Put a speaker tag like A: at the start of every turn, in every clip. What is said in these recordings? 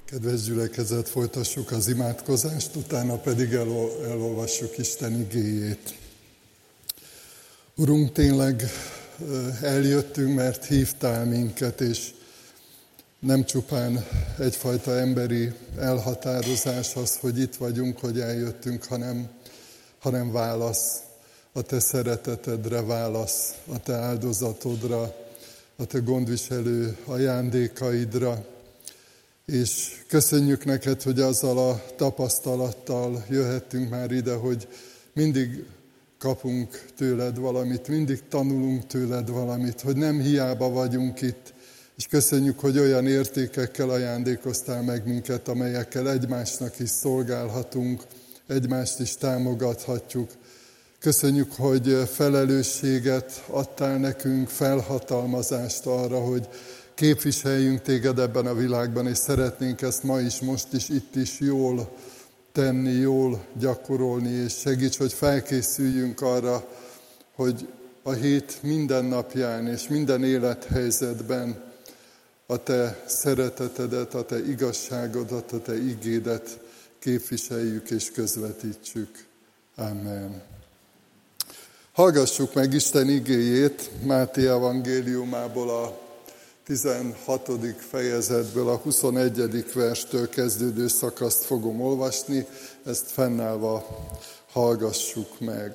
A: Kedves gyülekezet, folytassuk az imádkozást, utána pedig elolvassuk Isten igéjét. Urunk, tényleg eljöttünk, mert hívtál minket, és nem csupán egyfajta emberi elhatározás az, hogy itt vagyunk, hogy eljöttünk, hanem válasz a te szeretetedre, válasz a te áldozatodra, a te gondviselő ajándékaidra. És köszönjük neked, hogy azzal a tapasztalattal jöhettünk már ide, hogy mindig kapunk tőled valamit, mindig tanulunk tőled valamit, hogy nem hiába vagyunk itt. És köszönjük, hogy olyan értékekkel ajándékoztál meg minket, amelyekkel egymásnak is szolgálhatunk, egymást is támogathatjuk. Köszönjük, hogy felelősséget adtál nekünk, felhatalmazást arra, hogy képviseljünk téged ebben a világban, és szeretnénk ezt ma is, most is, itt is jól tenni, jól gyakorolni, és segíts, hogy felkészüljünk arra, hogy a hét minden napján és minden élethelyzetben a te szeretetedet, a te igazságodat, a te igédet képviseljük és közvetítsük. Amen. Hallgassuk meg Isten igéjét Máté evangéliumából a 16. fejezetből, a 21. verstől kezdődő szakaszt fogom olvasni, ezt fennállva hallgassuk meg.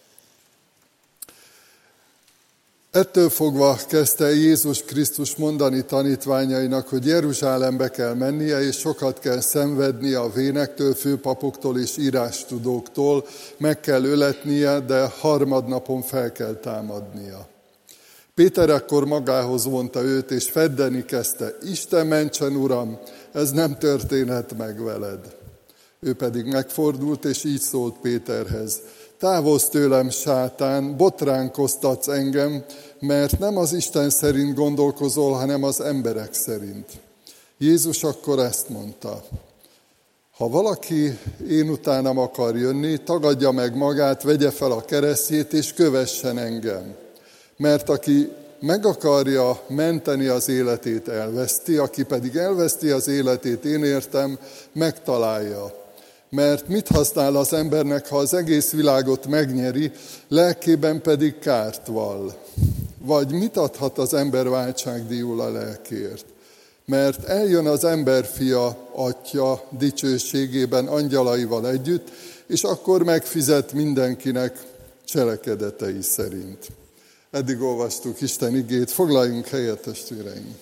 A: Ettől fogva kezdte Jézus Krisztus mondani tanítványainak, hogy Jeruzsálembe kell mennie, és sokat kell szenvednie a vénektől, főpapoktól és írástudóktól, meg kell öletnie, de harmadnapon fel kell támadnia. Péter ekkor magához vonta őt, és feddeni kezdte: Isten mentsen, Uram, ez nem történhet meg veled. Ő pedig megfordult, és így szólt Péterhez: Távozz tőlem, sátán, botránkoztatsz engem, mert nem az Isten szerint gondolkozol, hanem az emberek szerint. Jézus akkor ezt mondta: Ha valaki én utánam akar jönni, tagadja meg magát, vegye fel a keresztjét, és kövessen engem. Mert aki meg akarja menteni az életét, elveszti, aki pedig elveszti az életét, én értem, megtalálja. Mert mit használ az embernek, ha az egész világot megnyeri, lelkében pedig kárt vall? Vagy mit adhat az ember váltságdíjul a lelkért? Mert eljön az emberfia, Atya dicsőségében angyalaival együtt, és akkor megfizet mindenkinek cselekedetei szerint. Eddig olvastuk Isten igét, foglaljunk helyet, testvéreim!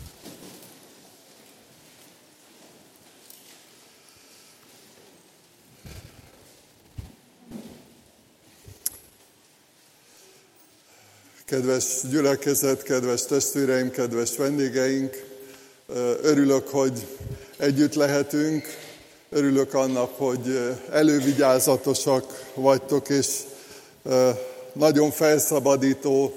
A: Kedves gyülekezet, kedves testvéreim, kedves vendégeink, örülök, hogy együtt lehetünk, örülök annak, hogy elővigyázatosak vagytok, és nagyon felszabadító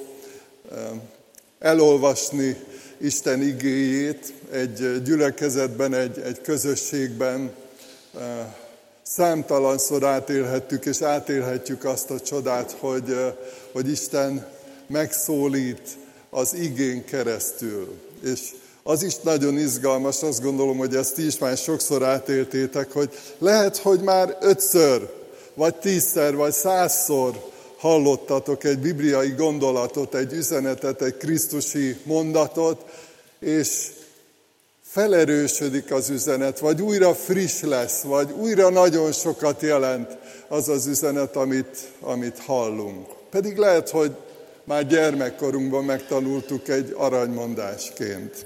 A: elolvasni Isten igéjét egy gyülekezetben, egy közösségben. Számtalanszor átélhettük és átélhetjük azt a csodát, hogy Isten megszólít az igén keresztül. És az is nagyon izgalmas, azt gondolom, hogy ezt ti is már sokszor átéltétek, hogy lehet, hogy már 5-ször, vagy 10-szer, vagy 100-szor hallottatok egy bibliai gondolatot, egy üzenetet, egy krisztusi mondatot, és felerősödik az üzenet, vagy újra friss lesz, vagy újra nagyon sokat jelent az az üzenet, amit hallunk. Pedig lehet, hogy már gyermekkorunkban megtanultuk egy aranymondásként.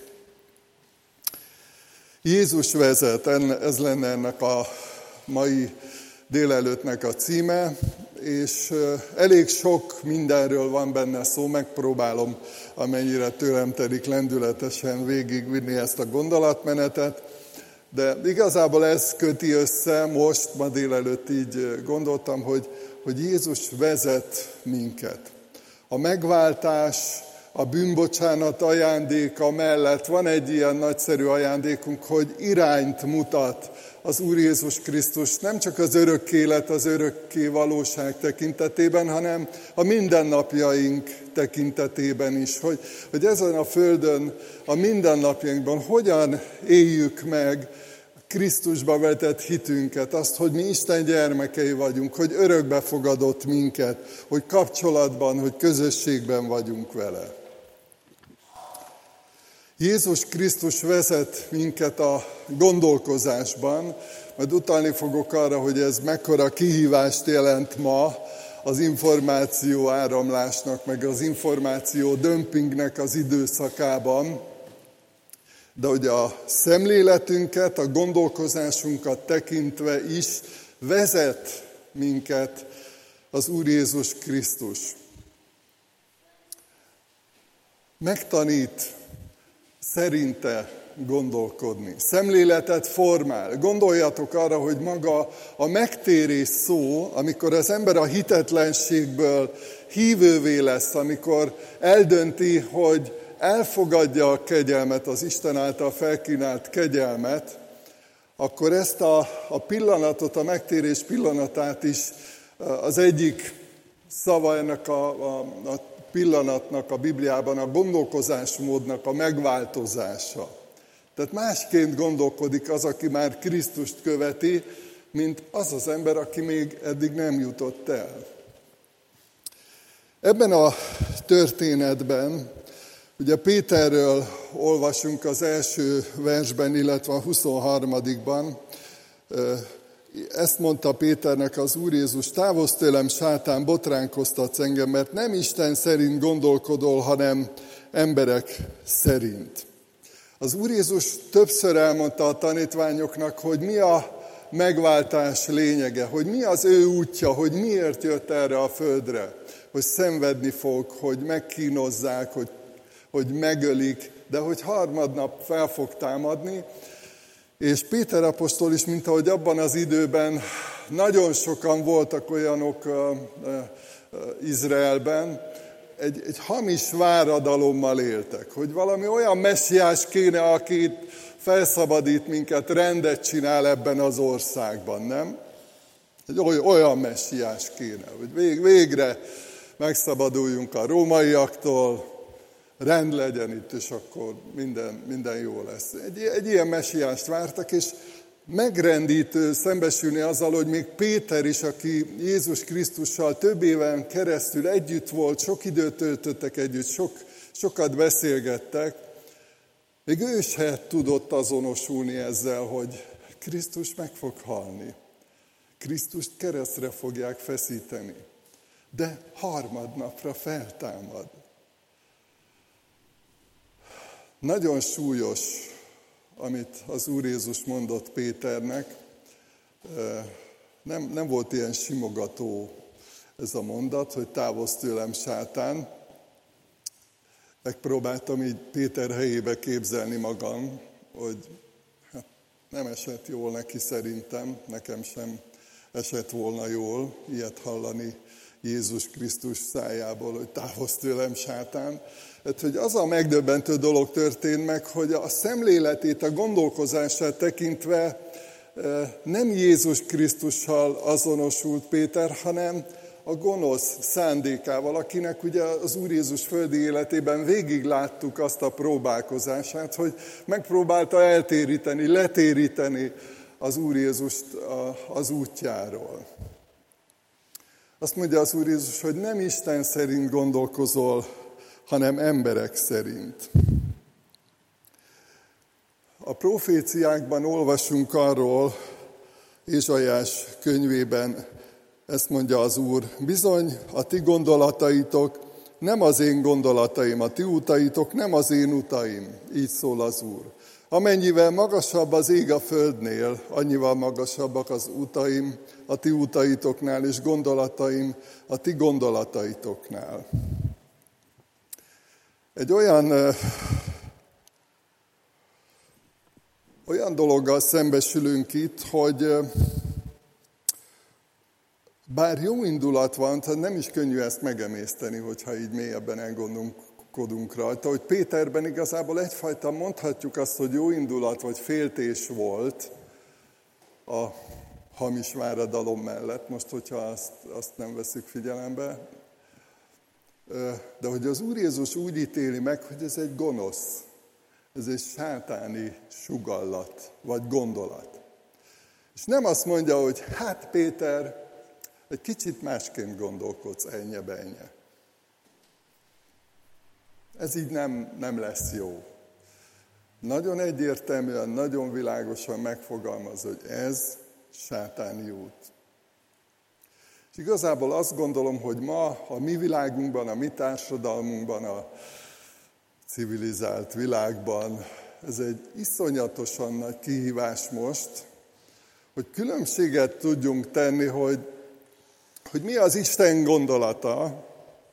A: Jézus vezet, ez lenne ennek a mai délelőttnek a címe, és elég sok mindenről van benne szó, megpróbálom, amennyire tőlem telik, lendületesen végigvinni ezt a gondolatmenetet, de igazából ez köti össze, most, ma délelőtt így gondoltam, hogy Jézus vezet minket. A megváltás, a bűnbocsánat ajándéka mellett van egy ilyen nagyszerű ajándékunk, hogy irányt mutat az Úr Jézus Krisztus nem csak az örök élet, az örökké valóság tekintetében, hanem a mindennapjaink tekintetében is, hogy ezen a földön, a mindennapjainkban hogyan éljük meg Krisztusba vetett hitünket, azt, hogy mi Isten gyermekei vagyunk, hogy örökbefogadott minket, hogy kapcsolatban, hogy közösségben vagyunk vele. Jézus Krisztus vezet minket a gondolkozásban, majd utalni fogok arra, hogy ez mekkora kihívást jelent ma az információ áramlásnak, meg az információ dömpingnek az időszakában, de hogy a szemléletünket, a gondolkozásunkat tekintve is vezet minket az Úr Jézus Krisztus. Megtanít szerinte gondolkodni. Szemléletet formál. Gondoljatok arra, hogy maga a megtérés szó, amikor az ember a hitetlenségből hívővé lesz, amikor eldönti, hogy elfogadja a kegyelmet, az Isten által felkínált kegyelmet, akkor ezt a pillanatot, a megtérés pillanatát is az egyik szava ennek a pillanatnak a Bibliában a gondolkozásmódnak a megváltozása. Tehát másként gondolkodik az, aki már Krisztust követi, mint az az ember, aki még eddig nem jutott el. Ebben a történetben, ugye Péterről olvasunk az első versben, illetve a 23-ban, ezt mondta Péternek az Úr Jézus: távozz tőlem, sátán, botránkoztatsz engem, mert nem Isten szerint gondolkodol, hanem emberek szerint. Az Úr Jézus többször elmondta a tanítványoknak, hogy mi a megváltás lényege, hogy mi az ő útja, hogy miért jött erre a földre, hogy szenvedni fog, hogy megkínozzák, hogy megölik, de hogy harmadnap fel fog támadni. És Péter apostol is, mint ahogy abban az időben nagyon sokan voltak olyanok Izraelben, egy hamis váradalommal éltek, hogy valami olyan messiás kéne, aki felszabadít minket, rendet csinál ebben az országban, nem? Egy olyan messiás kéne, hogy végre megszabaduljunk a rómaiaktól, rend legyen itt, és akkor minden jó lesz. Egy ilyen messiást vártak, és megrendítő szembesülni azzal, hogy még Péter is, aki Jézus Krisztussal több éven keresztül együtt volt, sok időt töltöttek együtt, sokat beszélgettek, még ő se tudott azonosulni ezzel, hogy Krisztus meg fog halni. Krisztust keresztre fogják feszíteni, de harmadnapra feltámad. Nagyon súlyos, amit az Úr Jézus mondott Péternek. Nem volt ilyen simogató ez a mondat, hogy távozz tőlem, sátán. Megpróbáltam így Péter helyébe képzelni magam, hogy nem esett jól neki szerintem, nekem sem esett volna jól ilyet hallani Jézus Krisztus szájából, hogy távozz tőlem, sátán. Hát, hogy az a megdöbbentő dolog történt meg, hogy a szemléletét, a gondolkozását tekintve nem Jézus Krisztussal azonosult Péter, hanem a gonosz szándékával, akinek ugye az Úr Jézus földi életében végig láttuk azt a próbálkozását, hogy megpróbálta eltéríteni, letéríteni az Úr Jézust az útjáról. Azt mondja az Úr Jézus, hogy nem Isten szerint gondolkozol, hanem emberek szerint. A proféciákban olvasunk arról, Ézsaiás könyvében, ezt mondja az Úr: bizony, a ti gondolataitok nem az én gondolataim, a ti utaitok nem az én utaim, így szól az Úr. Amennyivel magasabb az ég a földnél, annyival magasabbak az utaim a ti utaitoknál, és gondolataim a ti gondolataitoknál. Egy olyan dologgal szembesülünk itt, hogy bár jó indulat van, tehát nem is könnyű ezt megemészteni, hogyha így mélyebben elgondolkodunk rajta, hogy Péterben igazából egyfajta, mondhatjuk azt, hogy jó indulat vagy féltés volt a hamis váradalom mellett, most, hogyha azt nem veszük figyelembe, de hogy az Úr Jézus úgy ítéli meg, hogy ez egy gonosz, ez egy sátáni sugallat, vagy gondolat. És nem azt mondja, hogy hát Péter, egy kicsit másként gondolkodsz, ennye-bennye. Ez így nem lesz jó. Nagyon egyértelműen, nagyon világosan megfogalmaz, hogy ez sátáni út. És igazából azt gondolom, hogy ma a mi világunkban, a mi társadalmunkban, a civilizált világban ez egy iszonyatosan nagy kihívás most, hogy különbséget tudjunk tenni, hogy mi az Isten gondolata,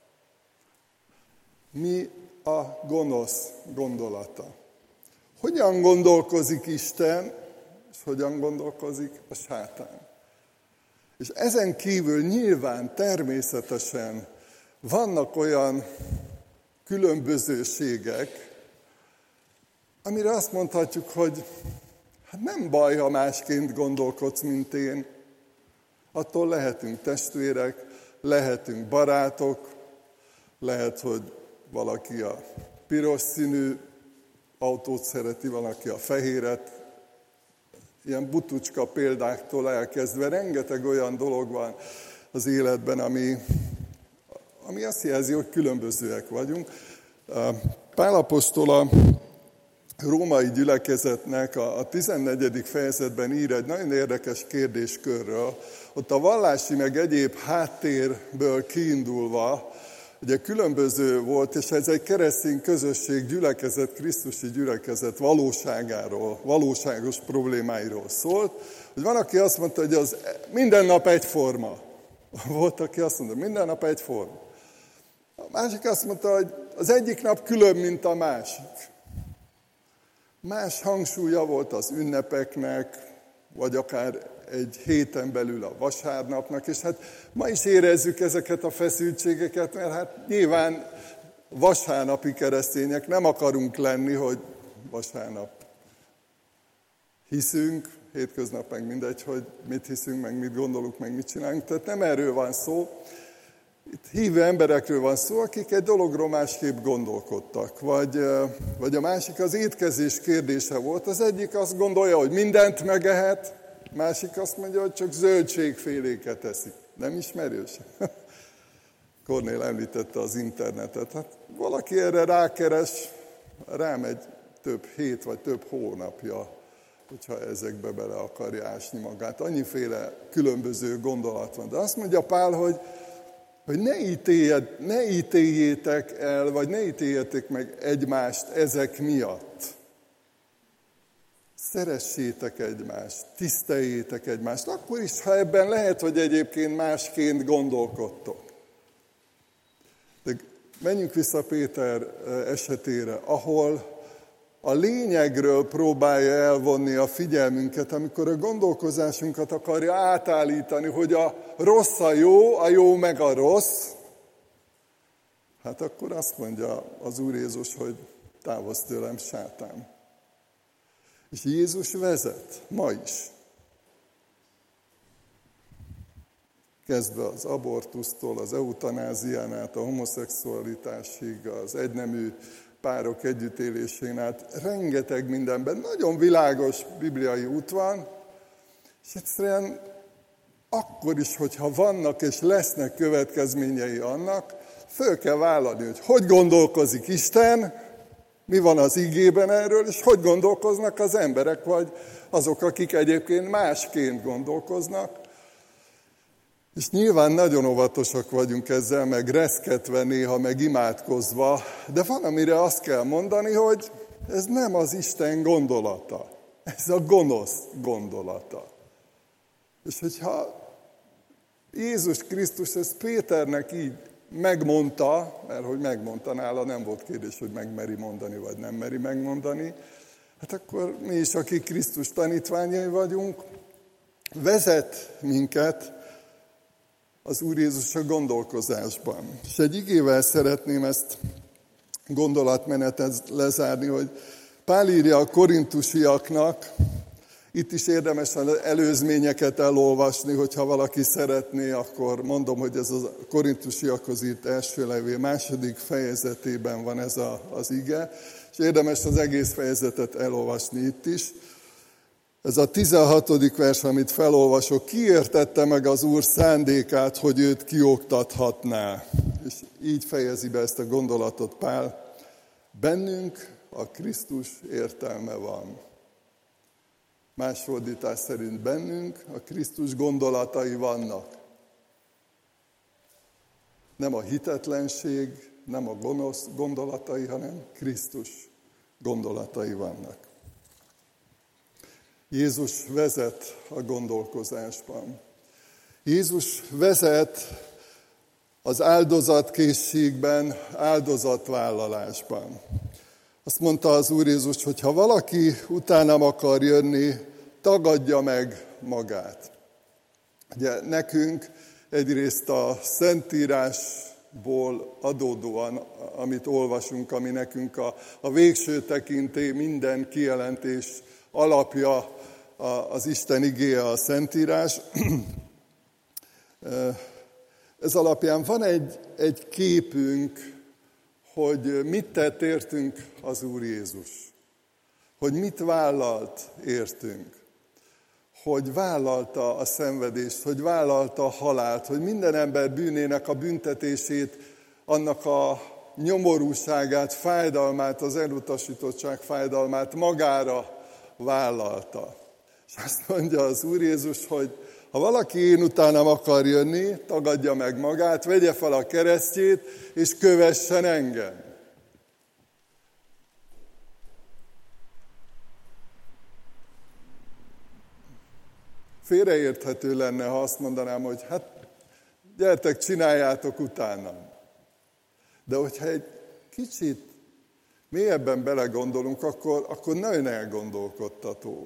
A: mi a gonosz gondolata. Hogyan gondolkozik Isten, és hogyan gondolkozik a sátán. És ezen kívül nyilván természetesen vannak olyan különbözőségek, amire azt mondhatjuk, hogy hát nem baj, ha másként gondolkodsz, mint én. Attól lehetünk testvérek, lehetünk barátok, lehet, hogy valaki a piros színű autót szereti, valaki a fehéret. Ilyen butucska példáktól elkezdve rengeteg olyan dolog van az életben, ami azt jelzi, hogy különbözőek vagyunk. Pál apostol a római gyülekezetnek a 14. fejezetben ír egy nagyon érdekes kérdéskörről. Ott a vallási meg egyéb háttérből kiindulva, ugye különböző volt, és ez egy keresztény közösség, gyülekezet, krisztusi gyülekezet valóságáról, valóságos problémáiról szólt, hogy van, aki azt mondta, hogy az minden nap egyforma. Volt, aki azt mondta, minden nap egyforma. A másik azt mondta, hogy az egyik nap különb, mint a másik. Más hangsúlya volt az ünnepeknek, vagy akár egy héten belül a vasárnapnak, és hát ma is érezzük ezeket a feszültségeket, mert hát nyilván vasárnapi keresztények nem akarunk lenni, hogy vasárnap hiszünk, hétköznap meg mindegy, hogy mit hiszünk, meg mit gondolunk, meg mit csinálunk, tehát nem erről van szó. Itt hívő emberekről van szó, akik egy dologról másképp gondolkodtak. Vagy a másik az étkezés kérdése volt. Az egyik azt gondolja, hogy mindent megehet, másik azt mondja, hogy csak zöldségféléket eszik. Nem ismerős? Kornél említette az internetet. Hát valaki erre rákeres, rámegy több hét vagy több hónapja, hogyha ezekbe bele akarja ásni magát. Annyiféle különböző gondolat van. De azt mondja Pál, hogy ne ítéljétek el, vagy ne ítéljetek meg egymást ezek miatt. Szeressétek egymást, tiszteljétek egymást, akkor is, ha ebben lehet, hogy egyébként másként gondolkodtok. De menjünk vissza Péter esetére, ahol a lényegről próbálja elvonni a figyelmünket, amikor a gondolkozásunkat akarja átállítani, hogy a rossz a jó meg a rossz. Hát akkor azt mondja az Úr Jézus, hogy távozz tőlem, sátán. És Jézus vezet, ma is. Kezdve az abortusztól, az eutanázián át, a homoszexualitásig, az egynemű párok együttélésén át, rengeteg mindenben, nagyon világos bibliai út van, és egyszerűen akkor is, hogyha vannak és lesznek következményei annak, föl kell vállalni, hogy gondolkozik Isten, mi van az igében erről, és hogy gondolkoznak az emberek, vagy azok, akik egyébként másként gondolkoznak. És nyilván nagyon óvatosak vagyunk ezzel, meg reszketve néha, meg imádkozva, de van, amire azt kell mondani, hogy ez nem az Isten gondolata, ez a gonosz gondolata. És hogyha Jézus Krisztus ezt Péternek így megmondta, mert hogy megmondta nála, nem volt kérdés, hogy megmeri mondani, vagy nem meri megmondani, hát akkor mi is, akik Krisztus tanítványai vagyunk, vezet minket az Úr Jézus a gondolkozásban. És egy igével szeretném ezt gondolatmenetet lezárni, hogy Pál írja a korintusiaknak, itt is érdemes az előzményeket elolvasni, hogyha valaki szeretné, akkor mondom, hogy ez a korintusiakhoz írt első levél második fejezetében van ez az ige, és érdemes az egész fejezetet elolvasni itt is. Ez a 16. vers, amit felolvasok, ki értette meg az Úr szándékát, hogy őt kioktathatná. És így fejezi be ezt a gondolatot Pál. Bennünk a Krisztus értelme van. Más fordítás szerint bennünk a Krisztus gondolatai vannak. Nem a hitetlenség, nem a gonosz gondolatai, hanem Krisztus gondolatai vannak. Jézus vezet a gondolkozásban. Jézus vezet az áldozatkészségben, áldozatvállalásban. Azt mondta az Úr Jézus, hogy ha valaki utánam akar jönni, tagadja meg magát. Ugye nekünk egyrészt a Szentírásból adódóan, amit olvasunk, ami nekünk a végső tekintély, minden kijelentés alapja az Isten igéje, a Szentírás. Ez alapján van egy képünk, hogy mit tett értünk az Úr Jézus. Hogy mit vállalt értünk. Hogy vállalta a szenvedést, hogy vállalta a halált, hogy minden ember bűnének a büntetését, annak a nyomorúságát, fájdalmát, az elutasítottság fájdalmát magára vállalta. És azt mondja az Úr Jézus, hogy ha valaki én utánam akar jönni, tagadja meg magát, vegye fel a keresztjét, és kövessen engem. Félreérthető lenne, ha azt mondanám, hogy hát gyertek, csináljátok utánam. De hogyha egy kicsit mélyebben belegondolunk, akkor nagyon elgondolkodtató.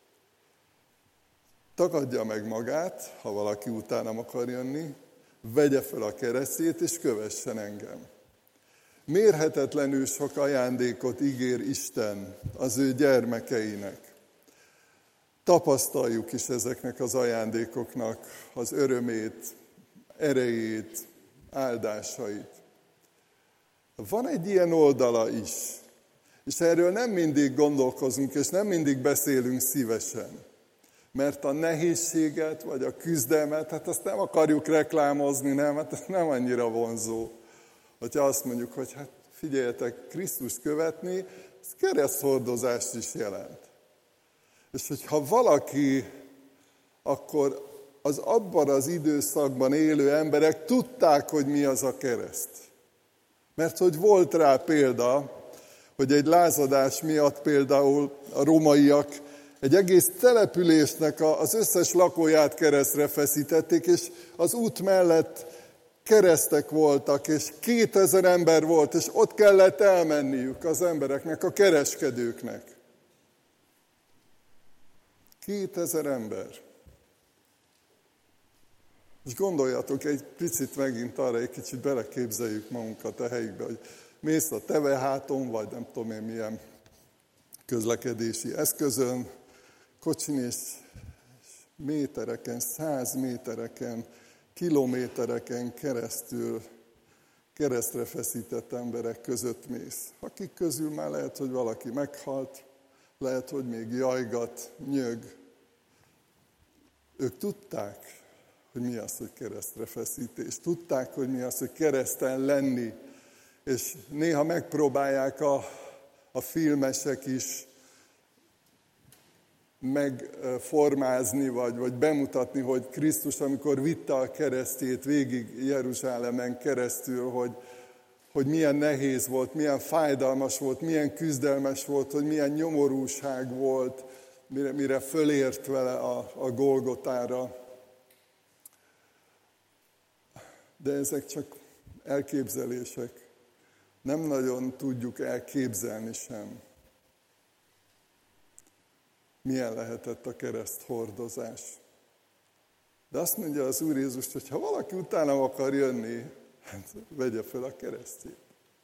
A: Tagadja meg magát, ha valaki utánam akar jönni, vegye fel a keresztjét, és kövessen engem. Mérhetetlenül sok ajándékot ígér Isten az ő gyermekeinek. Tapasztaljuk is ezeknek az ajándékoknak az örömét, erejét, áldásait. Van egy ilyen oldala is, és erről nem mindig gondolkozunk, és nem mindig beszélünk szívesen. Mert a nehézséget, vagy a küzdelmet, hát azt nem akarjuk reklámozni, nem? Hát ez nem annyira vonzó. Hogyha azt mondjuk, hogy hát figyeljetek, Krisztust követni, ez kereszthordozást is jelent. És hogyha valaki, akkor az abban az időszakban élő emberek tudták, hogy mi az a kereszt. Mert hogy volt rá példa, hogy egy lázadás miatt például a rómaiak egy egész településnek az összes lakóját keresztre feszítették, és az út mellett keresztek voltak, és 2000 ember volt, és ott kellett elmenniük az embereknek, a kereskedőknek. 2000 ember. És gondoljatok egy picit megint arra, egy kicsit beleképzeljük magunkat a helyükbe, hogy mész a teveháton, vagy nem tudom én milyen közlekedési eszközön, kocsin, és métereken, 100 métereken, kilométereken keresztül keresztre feszített emberek között mész. Akik közül már lehet, hogy valaki meghalt, lehet, hogy még jajgat, nyög. Ők tudták, hogy mi az, hogy keresztre feszítés. Tudták, hogy mi az, hogy kereszten lenni. És néha megpróbálják a filmesek is megformázni, vagy bemutatni, hogy Krisztus, amikor vitte a keresztjét végig Jeruzsálemen keresztül, hogy milyen nehéz volt, milyen fájdalmas volt, milyen küzdelmes volt, hogy milyen nyomorúság volt, mire fölért vele a Golgotára. De ezek csak elképzelések. Nem nagyon tudjuk elképzelni sem. Milyen lehetett a kereszthordozás. De azt mondja az Úr Jézus, hogy ha valaki utánam akar jönni, hát vegye fel a keresztjét.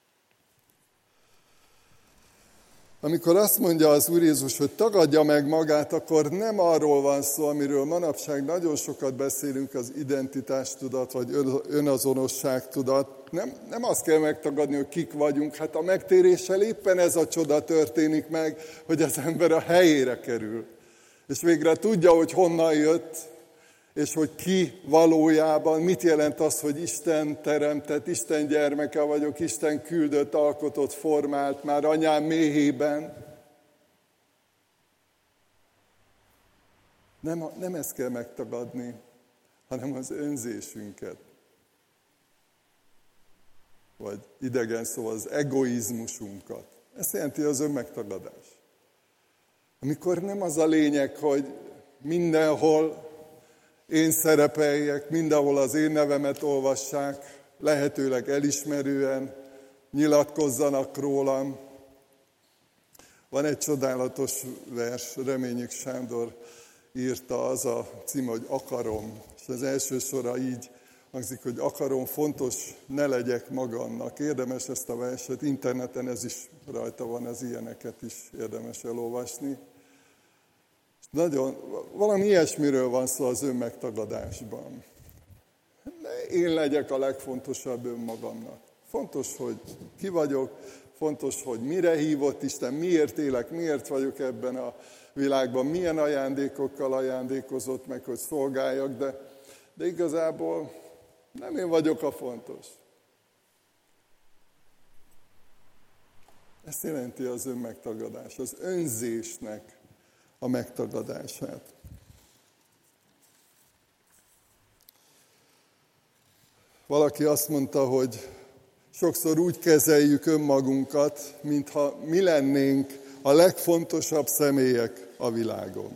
A: Amikor azt mondja az Úr Jézus, hogy tagadja meg magát, akkor nem arról van szó, amiről manapság nagyon sokat beszélünk, az identitástudat, vagy önazonosságtudat. Nem azt kell megtagadni, hogy kik vagyunk, hát a megtéréssel éppen ez a csoda történik meg, hogy az ember a helyére kerül. És végre tudja, hogy honnan jött, és hogy ki valójában, mit jelent az, hogy Isten teremtett, Isten gyermeke vagyok, Isten küldött, alkotott, formált már anyám méhében. Nem ezt kell megtagadni, hanem az önzésünket. Vagy idegen szóval az egoizmusunkat. Ez jelenti az önmegtagadás. Amikor nem az a lényeg, hogy mindenhol én szerepeljek, mindenhol az én nevemet olvassák, lehetőleg elismerően nyilatkozzanak rólam. Van egy csodálatos vers, Reményik Sándor írta, az a címe, hogy Akarom. És az első sora így hangzik, hogy akarom, fontos, ne legyek magamnak. Érdemes ezt a verset, interneten ez is rajta van, az ilyeneket is érdemes elolvasni. Valami ilyesmiről van szó az önmegtagadásban. Én legyek a legfontosabb önmagamnak. Fontos, hogy ki vagyok, fontos, hogy mire hívott Isten, miért élek, miért vagyok ebben a világban, milyen ajándékokkal ajándékozott meg, hogy szolgáljak, de igazából nem én vagyok a fontos. Ezt jelenti az önmegtagadás, az önzésnek a megtagadását. Valaki azt mondta, hogy sokszor úgy kezeljük önmagunkat, mintha mi lennénk a legfontosabb személyek a világon.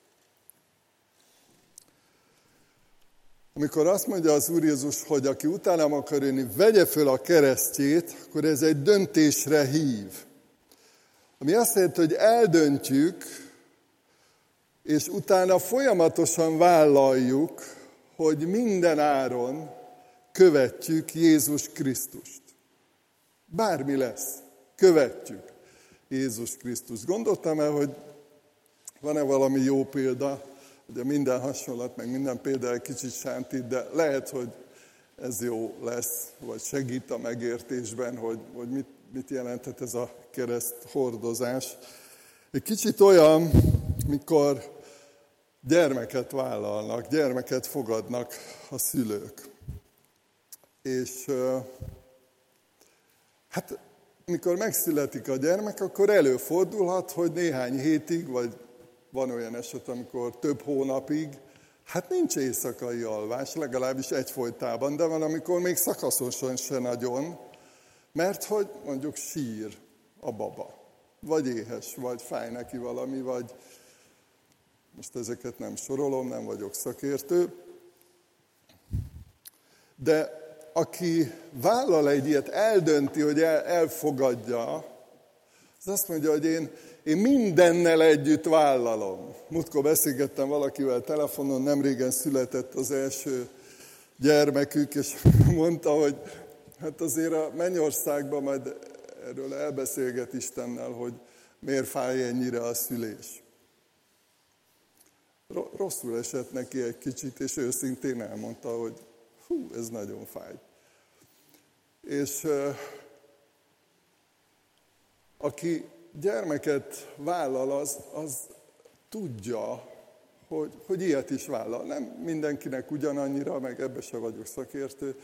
A: Amikor azt mondja az Úr Jézus, hogy aki utánam akar jönni, vegye föl a keresztjét, akkor ez egy döntésre hív. Ami azt jelenti, hogy eldöntjük, és utána folyamatosan vállaljuk, hogy minden áron követjük Jézus Krisztust. Bármi lesz, követjük Jézus Krisztust. Gondoltam el, hogy van-e valami jó példa, ugye minden hasonlat, meg minden példa egy kicsit sántít, de lehet, hogy ez jó lesz, vagy segít a megértésben, hogy mit jelenthet ez a kereszt hordozás. Egy kicsit olyan, mikor gyermeket vállalnak, gyermeket fogadnak a szülők. És hát mikor megszületik a gyermek, akkor előfordulhat, hogy néhány hétig, vagy van olyan eset, amikor több hónapig, hát nincs éjszakai alvás, legalábbis egyfolytában, de van, amikor még szakaszosan se nagyon, mert hogy mondjuk sír a baba, vagy éhes, vagy fáj neki valami, vagy most ezeket nem sorolom, nem vagyok szakértő, de aki vállal egy ilyet, eldönti, hogy elfogadja, az azt mondja, hogy én mindennel együtt vállalom. Múltkor beszélgettem valakivel telefonon, nemrégen született az első gyermekük, és mondta, hogy hát azért a mennyországban majd erről elbeszélget Istennel, hogy miért fáj ennyire a szülés. Rosszul esett neki egy kicsit, és őszintén elmondta, hogy ez nagyon fáj. És aki gyermeket vállal, az tudja, hogy ilyet is vállal. Nem mindenkinek ugyanannyira, meg ebbe se vagyok szakértő,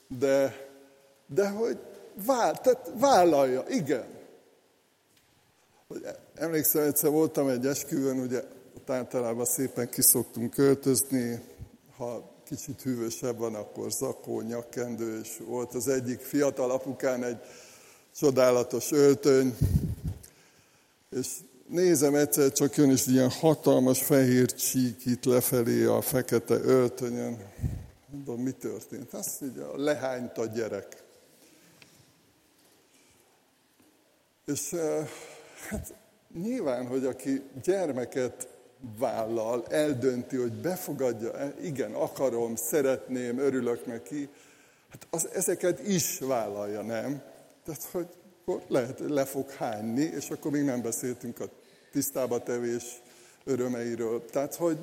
A: de hogy vállalja, igen. Emlékszem, egyszer voltam egy esküvőn, ugye ott általában szépen kiszoktunk költözni, ha kicsit hűvösebb van, akkor zakó, nyakkendő, és volt az egyik fiatal apukán egy csodálatos öltöny, és nézem, egyszer csak jön, és ilyen hatalmas fehér csík itt lefelé a fekete öltönyön. Mondom, mi történt? Azt mondja, lehányt a gyerek. És hát nyilván, hogy aki gyermeket vállal, eldönti, hogy befogadja, igen, akarom, szeretném, örülök neki, hát ezeket is vállalja, nem? Tehát, hogy lehet, hogy le fog hányni, és akkor még nem beszéltünk a tisztába tevés örömeiről. Tehát, hogy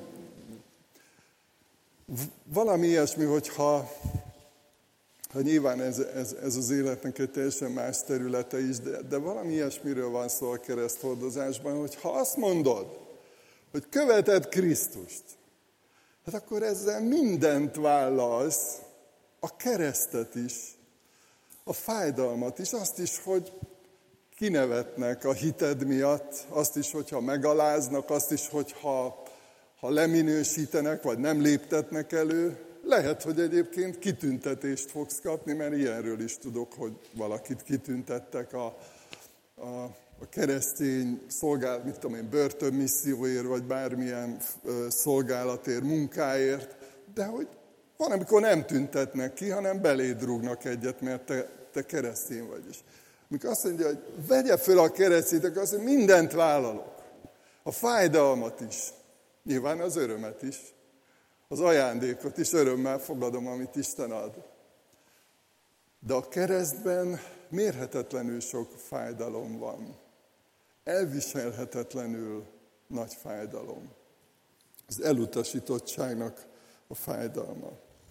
A: valami ilyesmi, hogyha nyilván ez az életnek egy teljesen más területe is, de valami ilyesmiről van szó a kereszthordozásban, hogy ha azt mondod, hogy követed Krisztust, hát akkor ezzel mindent vállalsz, a keresztet is, a fájdalmat is, azt is, hogy kinevetnek a hited miatt, azt is, hogyha megaláznak, azt is, hogyha leminősítenek, vagy nem léptetnek elő. Lehet, hogy egyébként kitüntetést fogsz kapni, mert ilyenről is tudok, hogy valakit kitüntettek a keresztény szolgálat, mit tudom én, börtönmisszióért, vagy bármilyen szolgálatért, munkáért, de hogy van, amikor nem tüntetnek ki, hanem beléd rúgnak egyet, mert te keresztény vagy is. Amikor azt mondja, hogy vegye föl a keresztét, akkor azt mondja, mindent vállalok. A fájdalmat is, nyilván az örömet is, az ajándékot is örömmel fogadom, amit Isten ad. De a keresztben mérhetetlenül sok fájdalom van. Elviselhetetlenül nagy fájdalom. Az elutasítottságnak a fájdalma.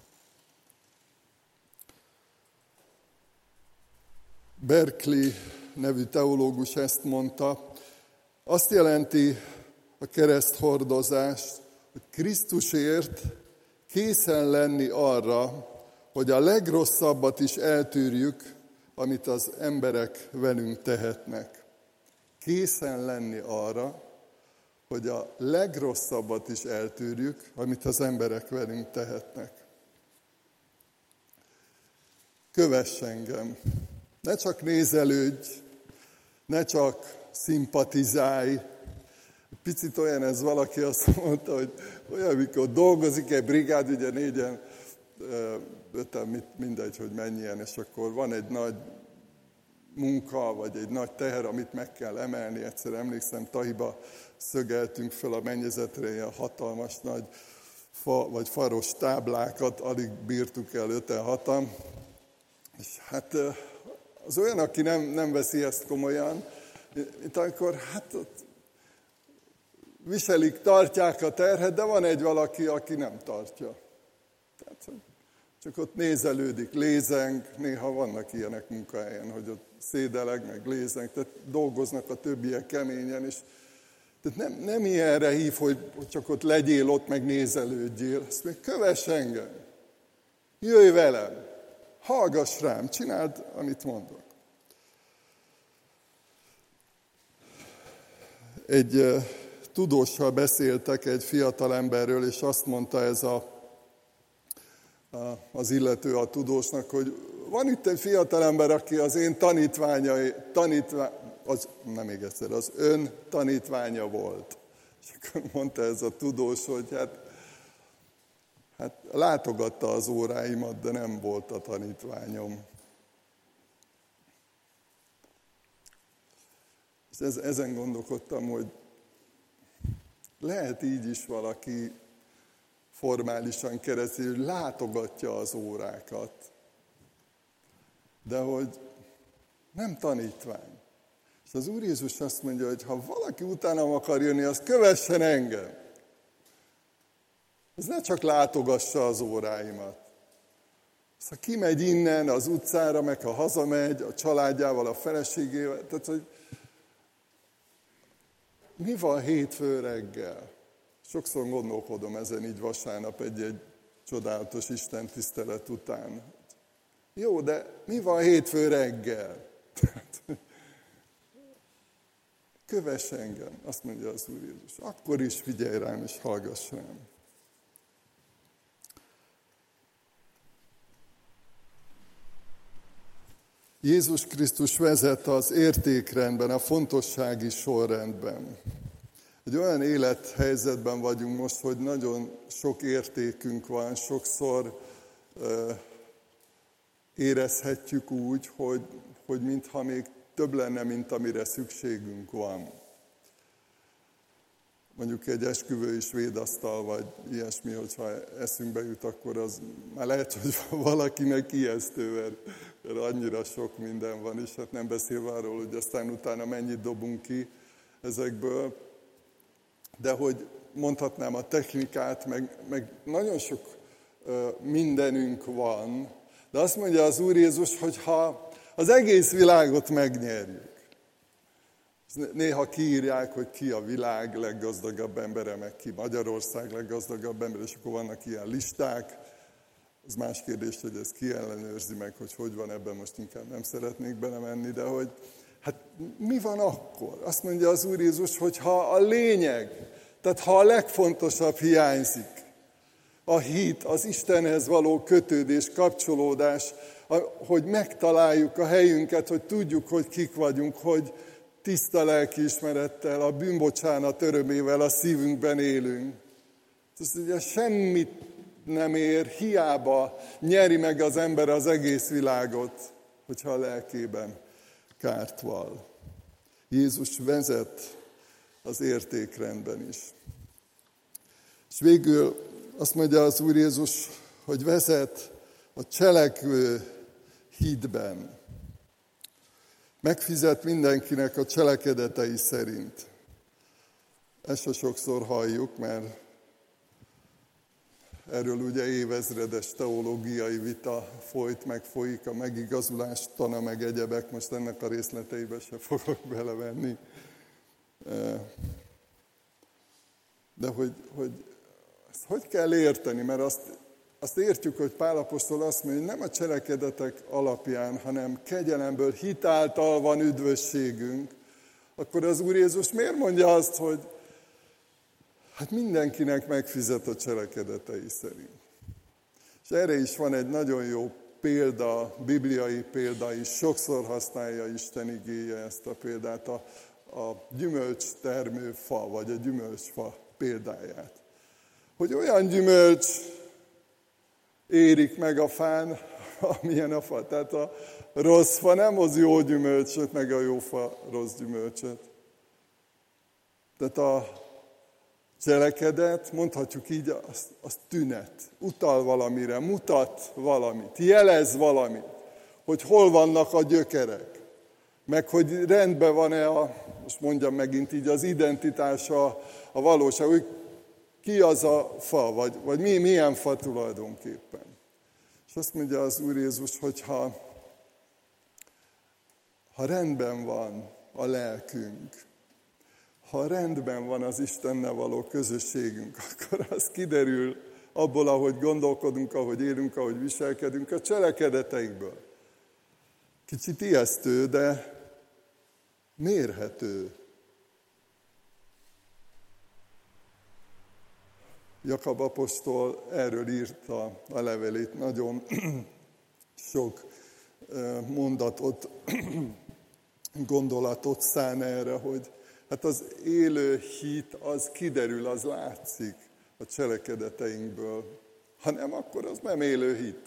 A: Berkeley nevű teológus ezt mondta, azt jelenti a kereszthordozás, hogy Krisztusért készen lenni arra, hogy a legrosszabbat is eltűrjük, amit az emberek velünk tehetnek. Készen lenni arra, hogy a legrosszabbat is eltűrjük, amit az emberek velünk tehetnek. Kövess engem! Ne csak nézelődj, ne csak szimpatizálj. Picit olyan ez, valaki azt mondta, hogy olyan, amikor dolgozik egy brigád, ugye 4-en, 5-en, mindegy, hogy mennyien, és akkor van egy nagy munka, vagy egy nagy teher, amit meg kell emelni. Egyszer emlékszem, Tahiba szögeltünk föl a mennyezetre ilyen hatalmas nagy vagy faros táblákat, alig bírtuk el 5-6-an. És hát az olyan, aki nem veszi ezt komolyan, mint amikor viselik, tartják a terhet, de van egy valaki, aki nem tartja. Tehát csak ott nézelődik, lézeng, néha vannak ilyenek munkahelyen, hogy ott szédeleg, meg lézeng, tehát dolgoznak a többiek keményen, és tehát nem ilyenre hív, hogy csak ott legyél ott, meg nézelődjél. Azt mondja, kövess engem, jöjj velem, hallgass rám, csináld, amit mondok. Egy tudóssal beszéltek, egy fiatal emberről, és azt mondta ez az illető a tudósnak, hogy van itt egy fiatal ember, aki az én az ön tanítványa volt. És akkor mondta ez a tudós, hogy hát látogatta az óráimat, de nem volt a tanítványom. És ezen gondolkodtam, hogy lehet így is valaki formálisan keresztül, hogy látogatja az órákat, de hogy nem tanítvány. És az Úr Jézus azt mondja, hogy ha valaki utánam akar jönni, az kövessen engem. Ez ne csak látogassa az óráimat. Ha kimegy innen az utcára, meg ha hazamegy a családjával, a feleségével, tehát hogy mi van hétfő reggel? Sokszor gondolkodom ezen így vasárnap egy csodálatos istentisztelet után. Jó, de mi van hétfő reggel? Kövess engem, azt mondja az Úr Jézus. Akkor is figyelj rám és hallgass rám. Jézus Krisztus vezet az értékrendben, a fontossági sorrendben. Egy olyan élethelyzetben vagyunk most, hogy nagyon sok értékünk van, sokszor érezhetjük úgy, hogy mintha még több lenne, mint amire szükségünk van. Mondjuk egy esküvői svédasztal, vagy ilyesmi, hogyha eszünkbe jut, akkor az már lehet, hogy valakinek ijesztő, mert annyira sok minden van, és hát nem beszélve arról, hogy aztán utána mennyit dobunk ki ezekből. De hogy mondhatnám a technikát, meg nagyon sok mindenünk van, de azt mondja az Úr Jézus, hogy ha az egész világot megnyerjük, Néha kiírják, hogy ki a világ leggazdagabb embere, meg ki Magyarország leggazdagabb embere, és akkor vannak ilyen listák. Az más kérdés, hogy ez ki ellenőrzi meg, hogy van ebben, most inkább nem szeretnék belemenni, de hogy hát mi van akkor? Azt mondja az Úr Jézus, hogy ha a lényeg, tehát ha a legfontosabb hiányzik, a hit, az Istenhez való kötődés, kapcsolódás, hogy megtaláljuk a helyünket, hogy tudjuk, hogy kik vagyunk, hogy tiszta lelkiismerettel, a bűnbocsánat örömével a szívünkben élünk. Ez ugye semmit nem ér, hiába nyeri meg az ember az egész világot, hogyha a lelkében kárt val. Jézus vezet az értékrendben is. És végül azt mondja az Úr Jézus, hogy vezet a cselekvő hitben. Megfizet mindenkinek a cselekedetei szerint. Ezt se sokszor halljuk, mert erről ugye évezredes teológiai vita folyik, a megigazulás tana meg egyebek, most ennek a részleteibe se fogok belevenni. De hogy kell érteni, mert azt értjük, hogy Pál apostol azt mondja, hogy nem a cselekedetek alapján, hanem kegyelemből, hit által van üdvösségünk, akkor az Úr Jézus miért mondja azt, hogy hát mindenkinek megfizet a cselekedetei szerint. És erre is van egy nagyon jó példa, bibliai példa is, sokszor használja Isten igéje ezt a példát, a gyümölcstermő fa, vagy a gyümölcsfa példáját. Hogy olyan gyümölcs érik meg a fán, amilyen a fa. Tehát a rossz fa nem hoz jó gyümölcsöt, meg a jó fa rossz gyümölcsöt. Tehát a cselekedet, mondhatjuk így, az tünet, utal valamire, mutat valamit, jelez valamit, hogy hol vannak a gyökerek, meg hogy rendben van-e most mondjam megint így, az identitása, a valóság, hogy ki az a fa, vagy milyen fa tulajdonképpen. És azt mondja az Úr Jézus, hogy ha rendben van a lelkünk, ha rendben van az Istennel való közösségünk, akkor az kiderül abból, ahogy gondolkodunk, ahogy élünk, ahogy viselkedünk, a cselekedeteinkből. Kicsit ijesztő, de mérhető. Jakab apostol erről írta a levelét, nagyon sok mondatot, gondolatot szán erre, hogy hát az élő hit, az kiderül, az látszik a cselekedeteinkből. Ha nem, akkor az nem élő hit.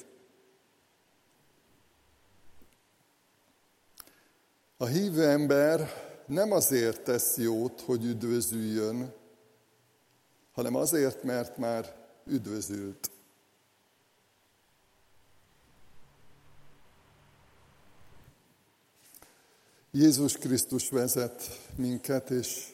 A: A hívő ember nem azért tesz jót, hogy üdvözüljön, hanem azért, mert már üdvözült. Jézus Krisztus vezet minket, és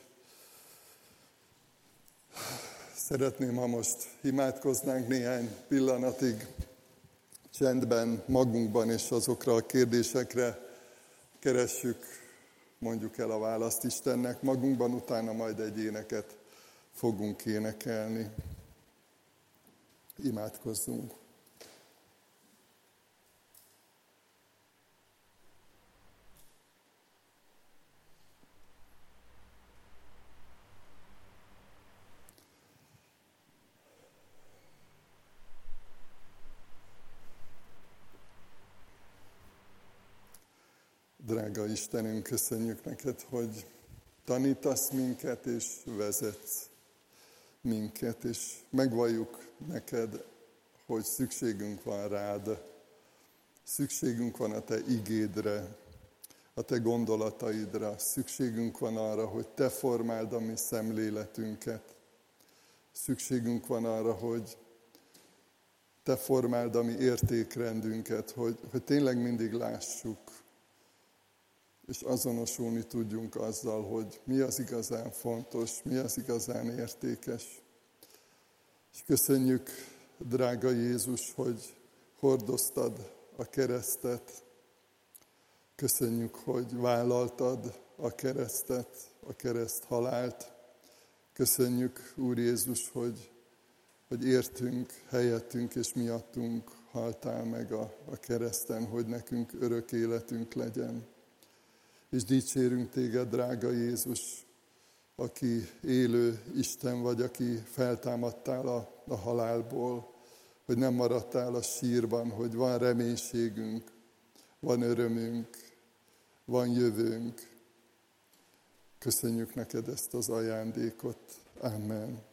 A: szeretném, ha most imádkoznánk néhány pillanatig csendben, magunkban, és azokra a kérdésekre keressük, mondjuk el a választ Istennek magunkban, utána majd egy éneket fogunk énekelni. Imádkozzunk. Drága Istenünk, köszönjük neked, hogy tanítasz minket és vezetsz minket, és megvalljuk neked, hogy szükségünk van rád, szükségünk van a te igédre, a te gondolataidra, szükségünk van arra, hogy te formáld a mi szemléletünket, szükségünk van arra, hogy te formáld a mi értékrendünket, hogy tényleg mindig lássuk, és azonosulni tudjunk azzal, hogy mi az igazán fontos, mi az igazán értékes. És köszönjük, drága Jézus, hogy hordoztad a keresztet. Köszönjük, hogy vállaltad a keresztet, a kereszt halált. Köszönjük, Úr Jézus, hogy értünk, helyettünk és miattunk haltál meg a kereszten, hogy nekünk örök életünk legyen. És dicsérünk téged, drága Jézus, aki élő Isten vagy, aki feltámadtál a halálból, hogy nem maradtál a sírban, hogy van reménységünk, van örömünk, van jövőnk. Köszönjük neked ezt az ajándékot. Amen.